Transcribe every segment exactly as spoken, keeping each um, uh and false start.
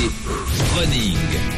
Running.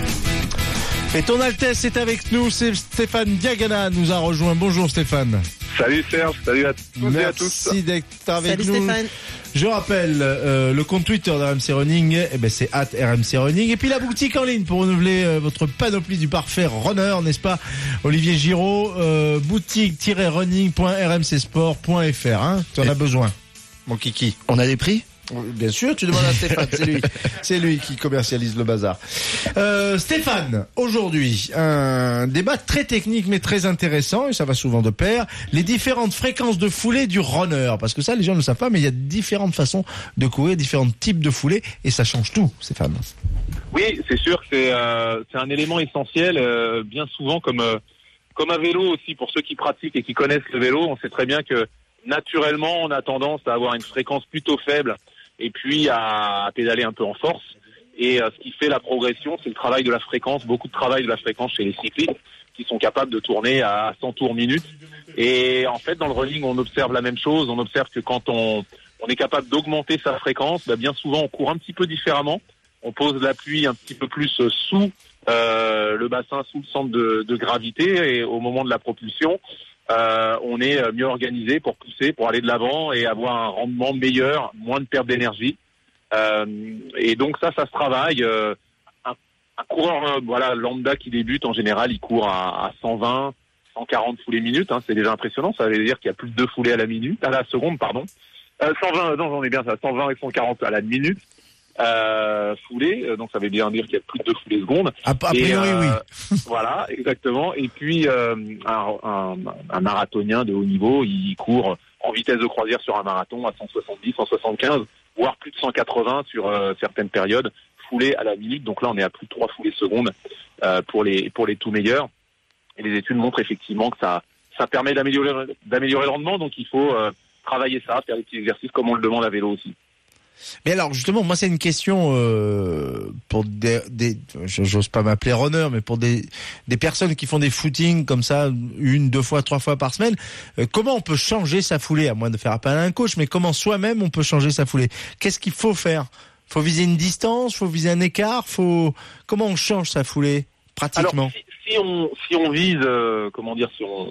Et ton Altesse est avec nous, c'est Stéphane Diagana nous a rejoint. Bonjour Stéphane. Salut Serge, salut à tous Merci et à tous. Merci d'être avec Salut nous. Stéphane. Je rappelle euh, le compte Twitter d'R M C Running, eh ben c'est arobase R M C Running. Et puis la boutique en ligne pour renouveler euh, votre panoplie du parfait runner, n'est-ce pas Olivier Giraud, euh, boutique tiret running point r m c sport point f r. Hein, tu en as besoin, mon kiki. On a des prix ? Bien sûr, tu demandes à Stéphane, c'est lui, c'est lui qui commercialise le bazar. Euh, Stéphane, aujourd'hui, un débat très technique mais très intéressant, et ça va souvent de pair, les différentes fréquences de foulée du runner, parce que ça, les gens ne le savent pas, mais il y a différentes façons de courir, différents types de foulées, et ça change tout, Stéphane. Oui, c'est sûr que c'est, euh, c'est un élément essentiel, euh, bien souvent comme, euh, comme un vélo aussi, pour ceux qui pratiquent et qui connaissent le vélo, on sait très bien que naturellement, on a tendance à avoir une fréquence plutôt faible et puis à, à pédaler un peu en force. Et euh, ce qui fait la progression, c'est le travail de la fréquence, beaucoup de travail de la fréquence chez les cyclistes qui sont capables de tourner à cent tours minute. Et en fait, dans le running, on observe la même chose. On observe que quand on, on est capable d'augmenter sa fréquence, bah bien souvent, on court un petit peu différemment. On pose l'appui un petit peu plus sous euh, le bassin, sous le centre de, de gravité, et au moment de la propulsion, Euh, on est mieux organisé pour pousser, pour aller de l'avant et avoir un rendement meilleur, moins de perte d'énergie. Euh, et donc ça, ça se travaille. Euh, un, un coureur, euh, voilà, lambda qui débute, en général, il court à, à cent vingt, cent quarante foulées minutes. Hein, c'est déjà impressionnant. Ça veut dire qu'il y a plus de deux foulées à la minute, à la seconde, pardon. Euh, cent vingt, non, j'en ai bien ça. cent vingt et cent quarante à la minute. Euh, foulée, donc ça veut bien dire qu'il y a plus de deux foulées secondes. A, a priori, euh, oui. Voilà, exactement. Et puis euh, un, un, un marathonien de haut niveau, il court en vitesse de croisière sur un marathon à cent soixante-dix, cent soixante-quinze, voire plus de cent quatre-vingts sur euh, certaines périodes, foulées à la minute. Donc là, on est à plus de trois foulées secondes euh, pour les pour les tout meilleurs. Et les études montrent effectivement que ça ça permet d'améliorer d'améliorer le rendement. Donc il faut euh, travailler ça, faire des petits exercices comme on le demande à vélo aussi. Mais alors justement, moi c'est une question euh, pour des, des j'ose pas m'appeler runner, mais pour des des personnes qui font des footings comme ça une, deux fois, trois fois par semaine. Euh, comment on peut changer sa foulée, à moins de faire appel à un coach, mais comment soi-même on peut changer sa foulée? Qu'est-ce qu'il faut faire? Faut viser une distance, faut viser un écart, faut comment on change sa foulée pratiquement? Alors si, si on si on vise euh, comment dire si on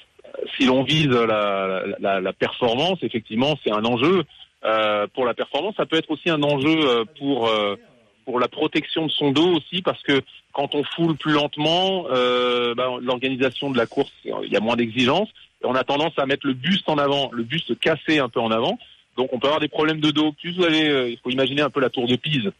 si l'on vise la la, la performance, effectivement c'est un enjeu. Euh, pour la performance, ça peut être aussi un enjeu euh, pour euh, pour la protection de son dos aussi, parce que quand on foule plus lentement, euh, bah, l'organisation de la course, il y a moins d'exigences, et on a tendance à mettre le buste en avant, le buste cassé un peu en avant, donc on peut avoir des problèmes de dos. Plus vous allez, euh, il faut imaginer un peu la tour de Pise.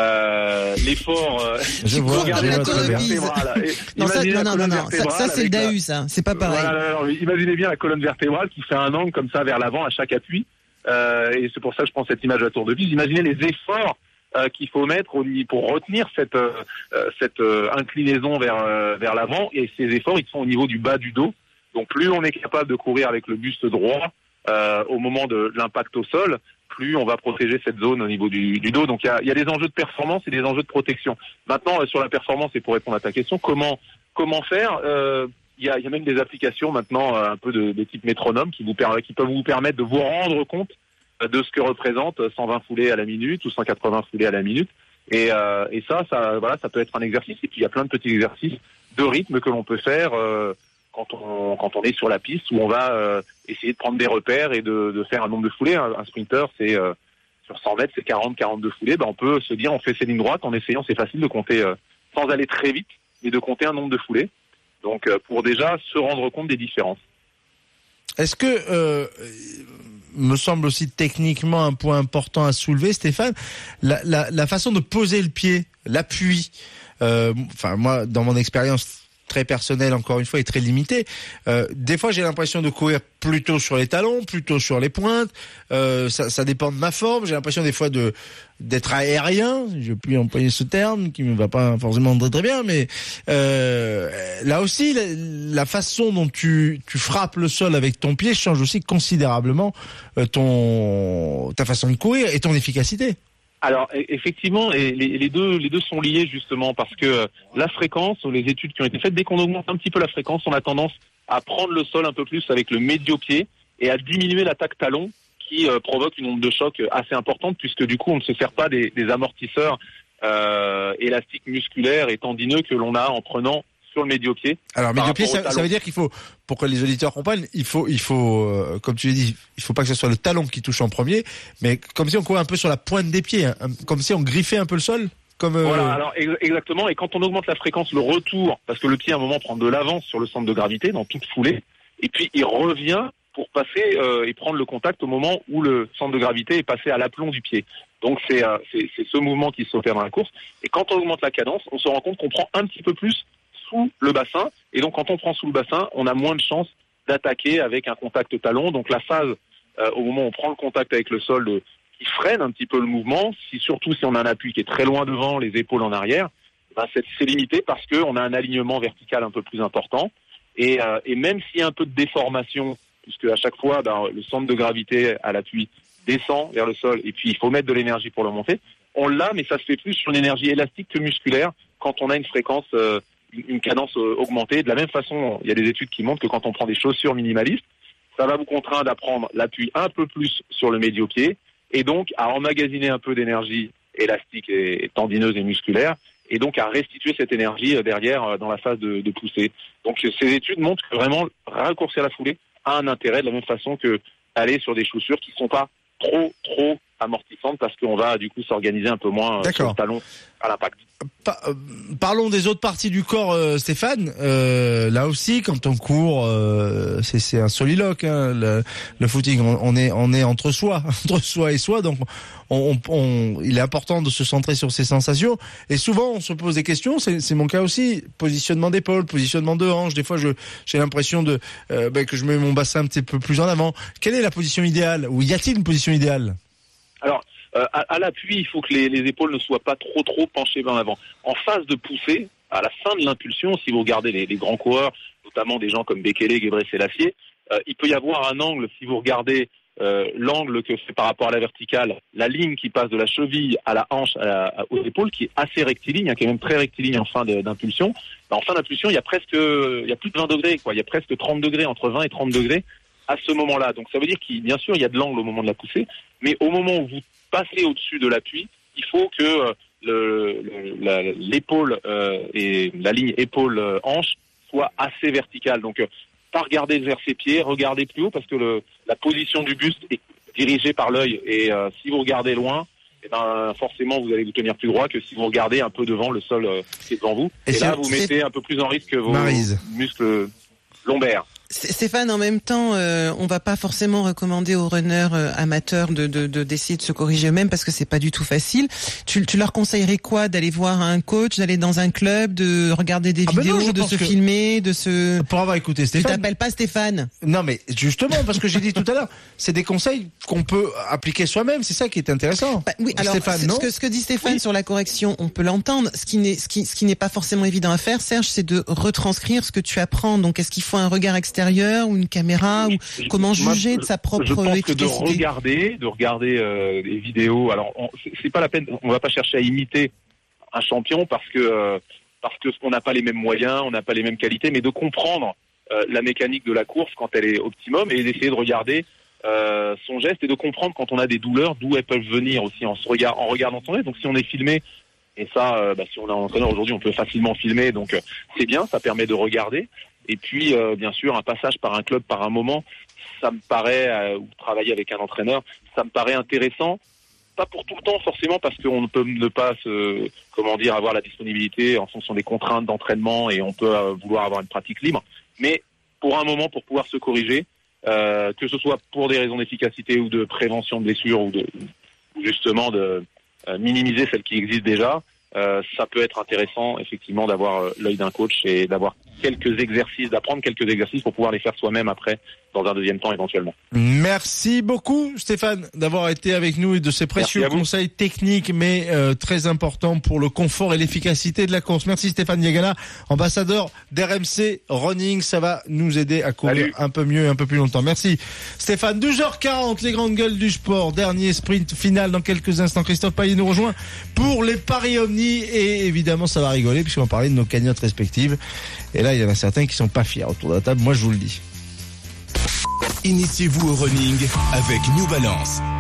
Euh, l'effort, euh, je vois, regardez la tour de Pise. Non, ça, non, non, non, non, ça, ça c'est le D A U, ça, c'est pas pareil. Voilà, alors, imaginez bien la colonne vertébrale qui fait un angle comme ça vers l'avant à chaque appui. Euh, et c'est pour ça que je prends cette image de la tour de Pise. Imaginez les efforts euh, qu'il faut mettre au, pour retenir cette, euh, cette euh, inclinaison vers, euh, vers l'avant. Et ces efforts, ils sont au niveau du bas du dos. Donc plus on est capable de courir avec le buste droit euh, au moment de l'impact au sol, plus on va protéger cette zone au niveau du, du dos. Donc il y a, il y a des enjeux de performance et des enjeux de protection. Maintenant, euh, sur la performance, et pour répondre à ta question, comment, comment faire euh, Il y a, il y a même des applications maintenant euh, un peu de, de type métronome qui vous per- qui peuvent vous permettre de vous rendre compte euh, de ce que représente cent vingt foulées à la minute ou cent quatre-vingts foulées à la minute. Et, euh, et ça, ça, voilà, ça peut être un exercice. Et puis il y a plein de petits exercices de rythme que l'on peut faire euh, quand on quand on est sur la piste, où on va euh, essayer de prendre des repères et de, de faire un nombre de foulées. Un, un sprinter, c'est euh, sur cent mètres, c'est quarante, quarante-deux foulées. Ben on peut se dire, on fait ses lignes droites en essayant. C'est facile de compter euh, sans aller très vite, mais de compter un nombre de foulées. Donc, euh, pour déjà se rendre compte des différences. Est-ce que, euh, me semble aussi techniquement un point important à soulever, Stéphane, la, la, la façon de poser le pied, l'appui, euh, enfin moi, dans mon expérience très personnelle, encore une fois, et très limitée, euh, des fois j'ai l'impression de courir plutôt sur les talons, plutôt sur les pointes, euh, ça, ça dépend de ma forme, j'ai l'impression des fois de d'être aérien, je vais plus employer ce terme qui me va pas forcément très très bien, mais euh, là aussi la, la façon dont tu tu frappes le sol avec ton pied change aussi considérablement euh, ton ta façon de courir et ton efficacité. Alors effectivement, et les, les deux les deux sont liés justement parce que la fréquence, ou les études qui ont été faites, dès qu'on augmente un petit peu la fréquence, on a tendance à prendre le sol un peu plus avec le médio-pied et à diminuer l'attaque talon, qui euh, provoque une onde de choc assez importante, puisque du coup on ne se sert pas des, des amortisseurs euh, élastique musculaire et tendineux que l'on a en prenant sur le médio-pied. Alors médio-pied, ça, ça veut dire qu'il faut, pour que les auditeurs comprennent, il faut, il faut, euh, comme tu l'as dit, il faut pas que ce soit le talon qui touche en premier, mais comme si on courait un peu sur la pointe des pieds, hein, comme si on griffait un peu le sol. Comme euh... Voilà, alors ex- exactement. Et quand on augmente la fréquence, le retour, parce que le pied à un moment prend de l'avance sur le centre de gravité dans toute foulée, et puis il revient pour passer euh, et prendre le contact au moment où le centre de gravité est passé à l'aplomb du pied. Donc c'est, euh, c'est, c'est ce mouvement qui s'opère dans la course. Et quand on augmente la cadence, on se rend compte qu'on prend un petit peu plus sous le bassin. Et donc quand on prend sous le bassin, on a moins de chances d'attaquer avec un contact talon. Donc la phase euh, au moment où on prend le contact avec le sol de qui freine un petit peu le mouvement, si surtout si on a un appui qui est très loin devant, les épaules en arrière, ben c'est, c'est limité parce qu'on a un alignement vertical un peu plus important. Et, euh, et même s'il y a un peu de déformation, puisque à chaque fois, ben, le centre de gravité à l'appui descend vers le sol, et puis il faut mettre de l'énergie pour le monter, on l'a, mais ça se fait plus sur une énergie élastique que musculaire quand on a une fréquence, euh, une, une cadence euh, augmentée. De la même façon, il y a des études qui montrent que quand on prend des chaussures minimalistes, ça va vous contraindre à prendre l'appui un peu plus sur le médio-pied, et donc à emmagasiner un peu d'énergie élastique et tendineuse et musculaire, et donc à restituer cette énergie derrière dans la phase de, de poussée. Donc ces études montrent que vraiment raccourcir la foulée a un intérêt de la même façon que aller sur des chaussures qui ne sont pas trop trop amortissantes parce qu'on va du coup s'organiser un peu moins D'accord. sur le talon à l'impact. Pa- euh, parlons des autres parties du corps, euh, Stéphane. Euh, là aussi, quand on court, euh, c'est, c'est un soliloque. Hein, le, le footing, on, on est on est entre soi, entre soi et soi. Donc, on, on, on, il est important de se centrer sur ses sensations. Et souvent, on se pose des questions. C'est, c'est mon cas aussi. Positionnement d'épaule, positionnement de hanche. Des fois, je j'ai l'impression de euh, ben, que je mets mon bassin un petit peu plus en avant. Quelle est la position idéale? Ou y a-t-il une position idéale? Alors, euh, à, à l'appui, il faut que les, les épaules ne soient pas trop trop penchées vers l'avant. En phase de poussée, à la fin de l'impulsion, si vous regardez les, les grands coureurs, notamment des gens comme Bekele, Gebre Selassie, euh, il peut y avoir un angle, si vous regardez euh, l'angle que fait par rapport à la verticale, la ligne qui passe de la cheville à la hanche, à la, à, aux épaules, qui est assez rectiligne, hein, qui est même très rectiligne en fin de, d'impulsion. Ben, en fin d'impulsion, il y a presque, il y a plus de vingt degrés, quoi. Il y a presque trente degrés, entre vingt et trente degrés à ce moment-là. Donc ça veut dire qu'il, bien sûr, il y a de l'angle au moment de la poussée, mais au moment où vous passez au-dessus de l'appui, il faut que euh, le, le, la, l'épaule euh, et la ligne épaule-hanche soit assez verticale. Donc, euh, pas regarder vers ses pieds, regardez plus haut parce que le, la position du buste est dirigée par l'œil. Et euh, si vous regardez loin, eh ben, forcément, vous allez vous tenir plus droit que si vous regardez un peu devant le sol euh, qui est devant vous. Et, et là, vous mettez un peu plus en risque vos Maryse. muscles lombaires. Stéphane, en même temps, euh, on va pas forcément recommander aux runners euh, amateurs de, de, de d'essayer de se corriger eux-mêmes parce que c'est pas du tout facile. Tu, tu leur conseillerais quoi? D'aller voir un coach, d'aller dans un club, de regarder des ah vidéos, ben non, de se filmer, de se... Pour avoir écouté Stéphane... Tu t'appelles pas Stéphane? Non, mais justement, parce que j'ai dit tout à l'heure, c'est des conseils qu'on peut appliquer soi-même, c'est ça qui est intéressant. Bah, oui, alors, Stéphane, non ce, que, ce que dit Stéphane oui. sur la correction, on peut l'entendre. Ce qui n'est, ce qui, ce qui n'est pas forcément évident à faire, Serge, c'est de retranscrire ce que tu apprends. Donc, est-ce qu'il faut un regard extérieur ou une caméra ou je, comment juger moi, de sa propre je pense efficacité? Que de regarder, de regarder euh, des vidéos. Alors, on, c'est, c'est pas la peine. On va pas chercher à imiter un champion parce que euh, parce que on n'a pas les mêmes moyens, on n'a pas les mêmes qualités, mais de comprendre euh, la mécanique de la course quand elle est optimum et d'essayer de regarder euh, son geste et de comprendre quand on a des douleurs d'où elles peuvent venir aussi en se regard, en regardant son geste. Donc, si on est filmé. Et ça, euh, bah, si on a un entraîneur aujourd'hui, on peut facilement filmer, donc euh, c'est bien, ça permet de regarder. Et puis, euh, bien sûr, un passage par un club par un moment, ça me paraît, euh, ou travailler avec un entraîneur, ça me paraît intéressant. Pas pour tout le temps, forcément, parce qu'on ne peut ne pas se, comment dire, avoir la disponibilité en fonction des contraintes d'entraînement et on peut euh, vouloir avoir une pratique libre. Mais pour un moment, pour pouvoir se corriger, euh, que ce soit pour des raisons d'efficacité ou de prévention de blessures ou de, ou justement de euh, minimiser celles qui existent déjà, euh, ça peut être intéressant, effectivement, d'avoir euh, l'œil d'un coach et d'avoir quelques exercices, d'apprendre quelques exercices pour pouvoir les faire soi-même après, dans un deuxième temps éventuellement. Merci beaucoup Stéphane d'avoir été avec nous et de ces précieux conseils techniques mais euh, très importants pour le confort et l'efficacité de la course. Merci Stéphane Diagana, ambassadeur d'R M C Running, ça va nous aider à courir Salut. un peu mieux et un peu plus longtemps. Merci Stéphane. douze heures quarante, les grandes gueules du sport, dernier sprint final dans quelques instants. Christophe Payet nous rejoint pour les paris Omni et évidemment ça va rigoler puisqu'on va parler de nos cagnottes respectives. Et là, il y en a certains qui sont pas fiers autour de la table. Moi, je vous le dis. Initiez-vous au running avec New Balance.